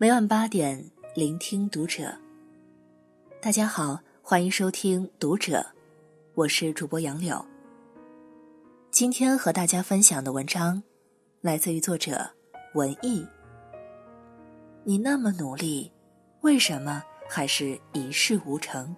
每晚8点，聆听读者。大家好，欢迎收听读者，我是主播杨柳。今天和大家分享的文章来自于作者文艺。你那么努力，为什么还是一事无成？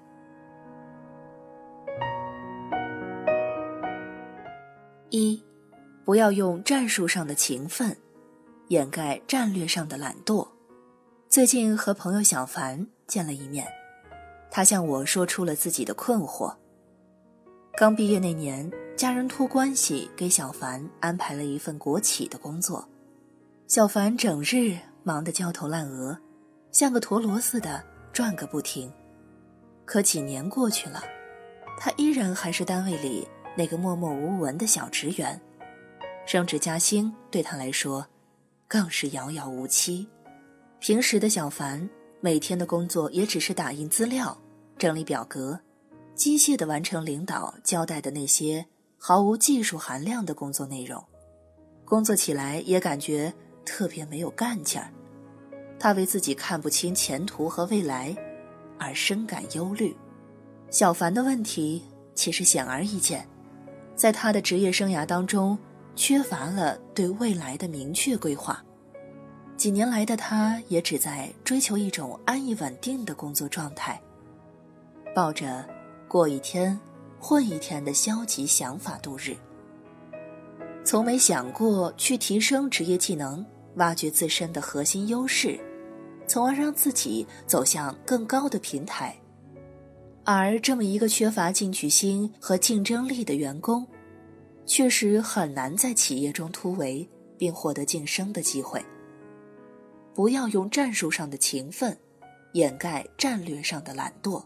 一，不要用战术上的勤奋掩盖战略上的懒惰。最近和朋友小凡见了一面，他向我说出了自己的困惑。刚毕业那年，家人托关系给小凡安排了一份国企的工作，小凡整日忙得焦头烂额，像个陀螺似的转个不停。可几年过去了，他依然还是单位里那个默默无闻的小职员，升职加薪对他来说更是遥遥无期。平时的小凡每天的工作也只是打印资料、整理表格，机械地完成领导交代的那些毫无技术含量的工作内容，工作起来也感觉特别没有干劲儿。他为自己看不清前途和未来而深感忧虑。小凡的问题其实显而易见，在他的职业生涯当中缺乏了对未来的明确规划。几年来的他也只在追求一种安逸稳定的工作状态，抱着过一天混一天的消极想法度日，从没想过去提升职业技能，挖掘自身的核心优势，从而让自己走向更高的平台。而这么一个缺乏进取心和竞争力的员工，确实很难在企业中突围并获得晋升的机会。不要用战术上的勤奋掩盖战略上的懒惰。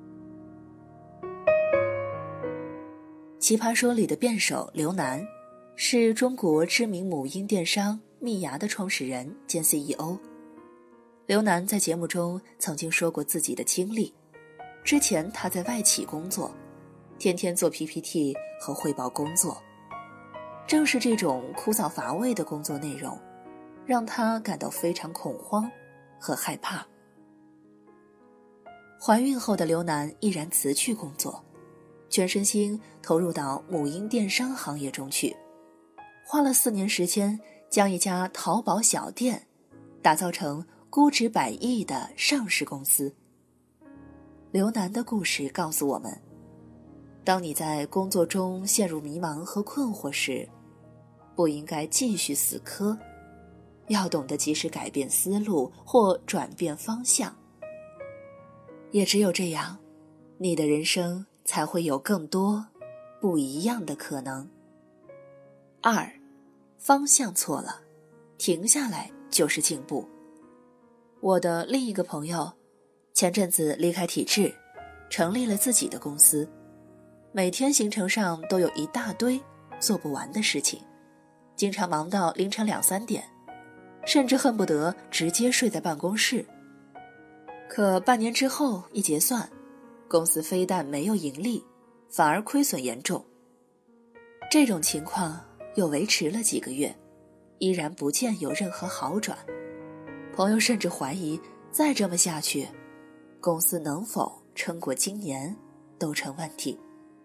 奇葩说里的辩手刘楠是中国知名母婴电商蜜芽的创始人兼 CEO。 刘楠在节目中曾经说过自己的经历，之前他在外企工作，天天做 PPT 和汇报工作，正是这种枯燥乏味的工作内容让他感到非常恐慌和害怕。怀孕后的刘楠毅然辞去工作，全身心投入到母婴电商行业中去，花了4年时间将一家淘宝小店打造成估值100亿的上市公司。刘楠的故事告诉我们，当你在工作中陷入迷茫和困惑时，不应该继续死磕，要懂得及时改变思路或转变方向。也只有这样，你的人生才会有更多不一样的可能。2，方向错了，停下来就是进步。我的另一个朋友前阵子离开体制，成立了自己的公司，每天行程上都有一大堆做不完的事情，经常忙到凌晨2、3点，甚至恨不得直接睡在办公室。可半年之后一结算，公司非但没有盈利，反而亏损严重。这种情况又维持了几个月，依然不见有任何好转。朋友甚至怀疑，再这么下去，公司能否撑过今年都成问题。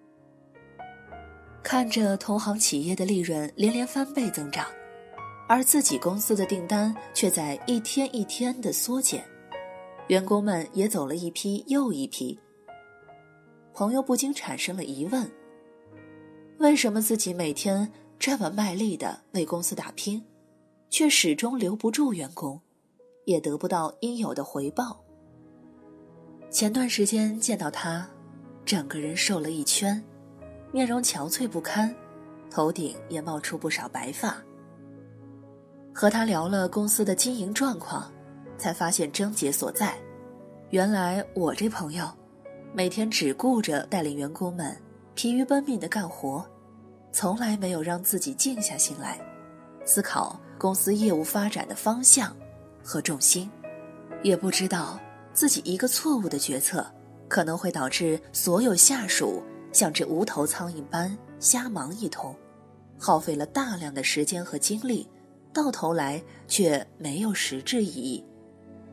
看着同行企业的利润连连翻倍增长，而自己公司的订单却在一天一天的缩减，员工们也走了一批又一批。朋友不禁产生了疑问，为什么自己每天这么卖力地为公司打拼，却始终留不住员工，也得不到应有的回报？前段时间见到他，整个人瘦了一圈，面容憔悴不堪，头顶也冒出不少白发。和他聊了公司的经营状况，才发现症结所在。原来我这朋友每天只顾着带领员工们疲于奔命的干活，从来没有让自己静下心来思考公司业务发展的方向和重心，也不知道自己一个错误的决策可能会导致所有下属像只无头苍蝇般瞎忙一通，耗费了大量的时间和精力，到头来却没有实质意义。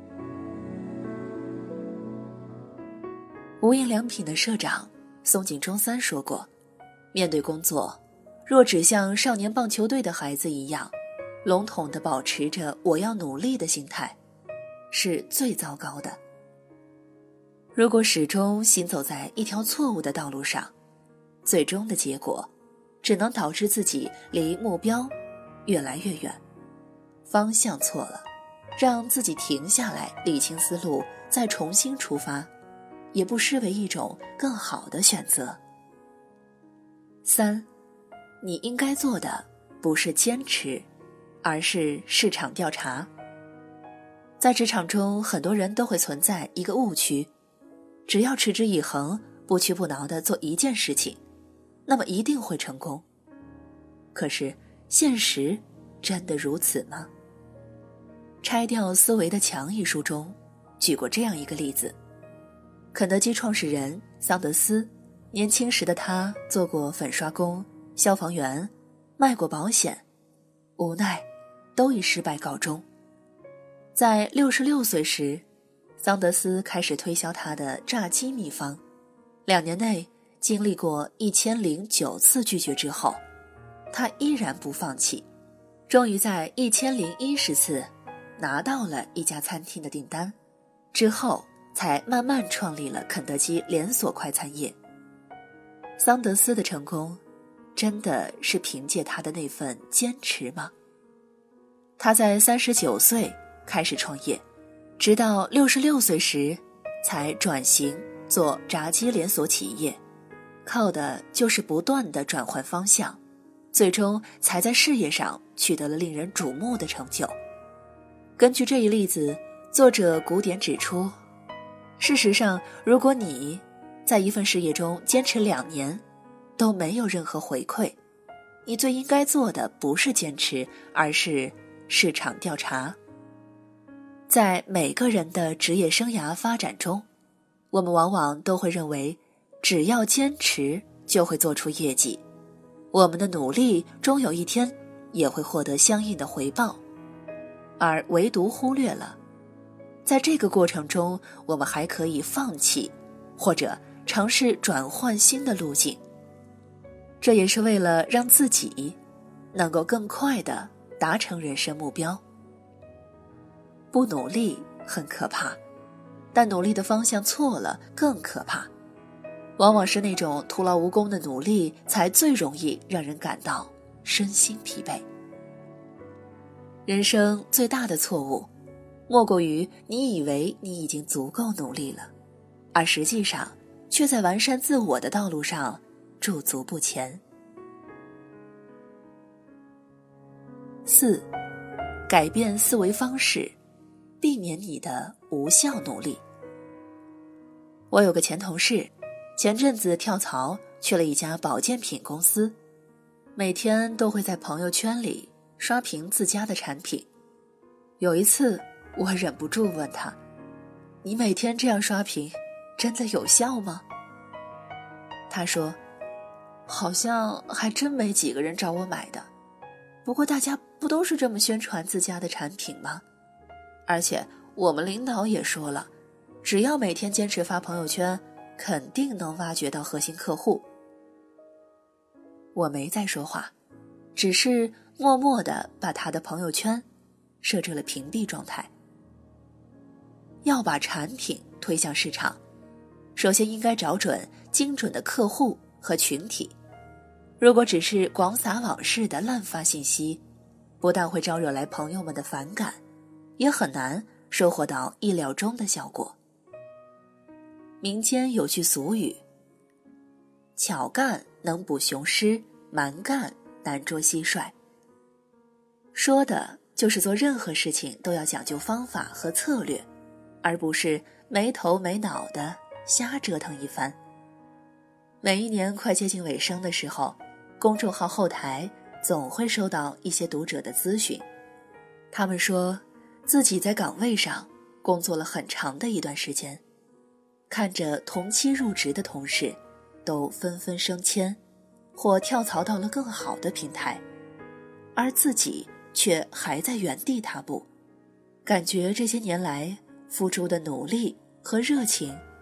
无印良品的社长松井忠三说过，面对工作，若只像少年棒球队的孩子一样，笼统地保持着我要努力的心态，是最糟糕的。如果始终行走在一条错误的道路上，最终的结果只能导致自己离目标越来越远。方向错了，让自己停下来理清思路，再重新出发，也不失为一种更好的选择。3，你应该做的不是坚持，而是市场调查。在职场中，很多人都会存在一个误区，只要持之以恒，不屈不挠地做一件事情，那么一定会成功。可是现实真的如此吗？拆掉思维的墙一书中举过这样一个例子，肯德基创始人桑德斯，年轻时的他做过粉刷工、消防员，卖过保险，无奈都以失败告终。在66岁时，桑德斯开始推销他的炸鸡秘方，2年内经历过1009次拒绝之后，他依然不放弃，终于在1010次拿到了一家餐厅的订单，之后才慢慢创立了肯德基连锁快餐业。桑德斯的成功真的是凭借他的那份坚持吗？他在39岁开始创业，直到66岁时才转型做炸鸡连锁企业，靠的就是不断的转换方向，最终才在事业上取得了令人瞩目的成就。根据这一例子，作者古典指出，事实上，如果你在一份事业中坚持2年都没有任何回馈，你最应该做的不是坚持，而是市场调查。在每个人的职业生涯发展中，我们往往都会认为只要坚持就会做出业绩，我们的努力终有一天也会获得相应的回报，而唯独忽略了在这个过程中我们还可以放弃或者尝试转换新的路径，这也是为了让自己能够更快地达成人生目标。不努力很可怕，但努力的方向错了更可怕。往往是那种徒劳无功的努力才最容易让人感到身心疲惫。人生最大的错误莫过于你以为你已经足够努力了，而实际上却在完善自我的道路上驻足不前。4，改变思维方式，避免你的无效努力。我有个前同事，前阵子跳槽去了一家保健品公司，每天都会在朋友圈里刷屏自家的产品。有一次我忍不住问他，你每天这样刷屏真的有效吗？他说，好像还真没几个人找我买的，不过大家不都是这么宣传自家的产品吗？而且我们领导也说了，只要每天坚持发朋友圈，肯定能挖掘到核心客户。我没再说话，只是默默地把他的朋友圈设置了屏蔽状态。要把产品推向市场，首先应该找准精准的客户和群体。如果只是广撒网式的滥发信息，不但会招惹来朋友们的反感，也很难收获到意料中的效果。民间有句俗语，巧干能捕雄狮，蛮干难捉蟋蟀，说的就是做任何事情都要讲究方法和策略，而不是没头没脑的瞎折腾一番。每一年快接近尾声的时候，公众号后台总会收到一些读者的咨询，他们说自己在岗位上工作了很长的一段时间，看着同期入职的同事都纷纷升迁或跳槽到了更好的平台，而自己却还在原地踏步，感觉这些年来付出的努力和热情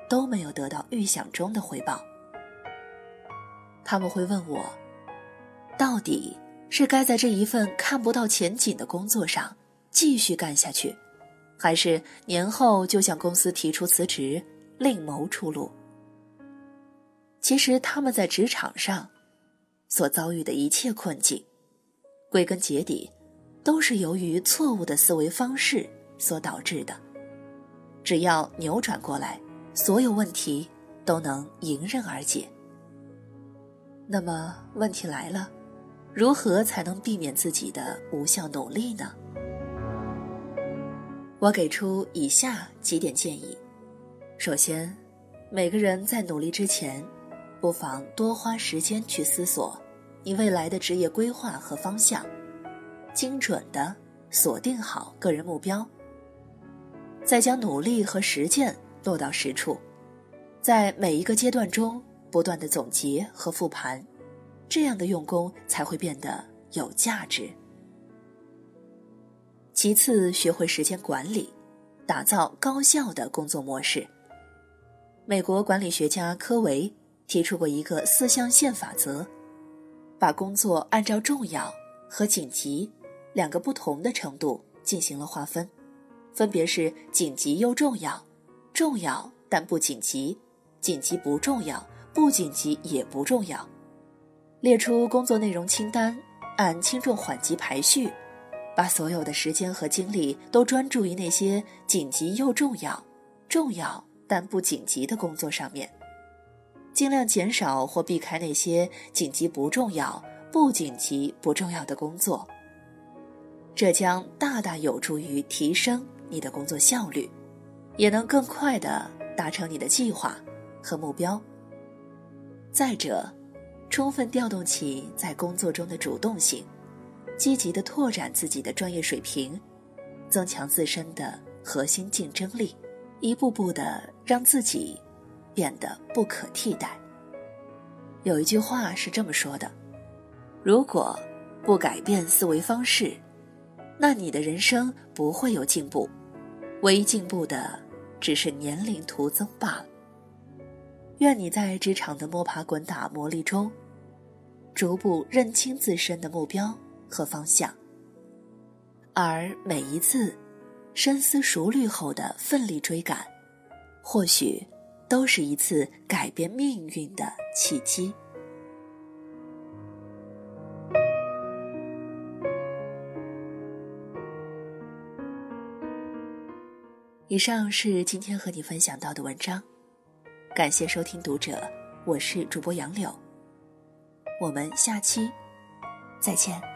都没有得到预想中的回报。他们会问我，到底是该在这一份看不到前景的工作上继续干下去，还是年后就向公司提出辞职，另谋出路？其实他们在职场上所遭遇的一切困境，归根结底都是由于错误的思维方式所导致的。只要扭转过来，所有问题都能迎刃而解。那么问题来了，如何才能避免自己的无效努力呢？我给出以下几点建议。首先，每个人在努力之前，不妨多花时间去思索你未来的职业规划和方向，精准地锁定好个人目标，再将努力和实践落到实处，在每一个阶段中不断地总结和复盘，这样的用功才会变得有价值。其次，学会时间管理，打造高效的工作模式。美国管理学家科维提出过一个4象限法则，把工作按照重要和紧急2个不同的程度进行了划分，分别是紧急又重要，重要但不紧急，紧急不重要，不紧急也不重要。列出工作内容清单，按轻重缓急排序，把所有的时间和精力都专注于那些紧急又重要，重要但不紧急的工作上面，尽量减少或避开那些紧急不重要、不紧急不重要的工作。这将大大有助于提升你的工作效率，也能更快地达成你的计划和目标。再者，充分调动起在工作中的主动性，积极地拓展自己的专业水平，增强自身的核心竞争力，一步步地让自己变得不可替代。有一句话是这么说的，如果不改变思维方式，那你的人生不会有进步，唯一进步的只是年龄徒增罢了。愿你在职场的摸爬滚打磨砺中，逐步认清自身的目标和方向，而每一次深思熟虑后的奋力追赶，或许都是一次改变命运的契机。以上是今天和你分享到的文章，感谢收听读者，我是主播杨柳，我们下期再见。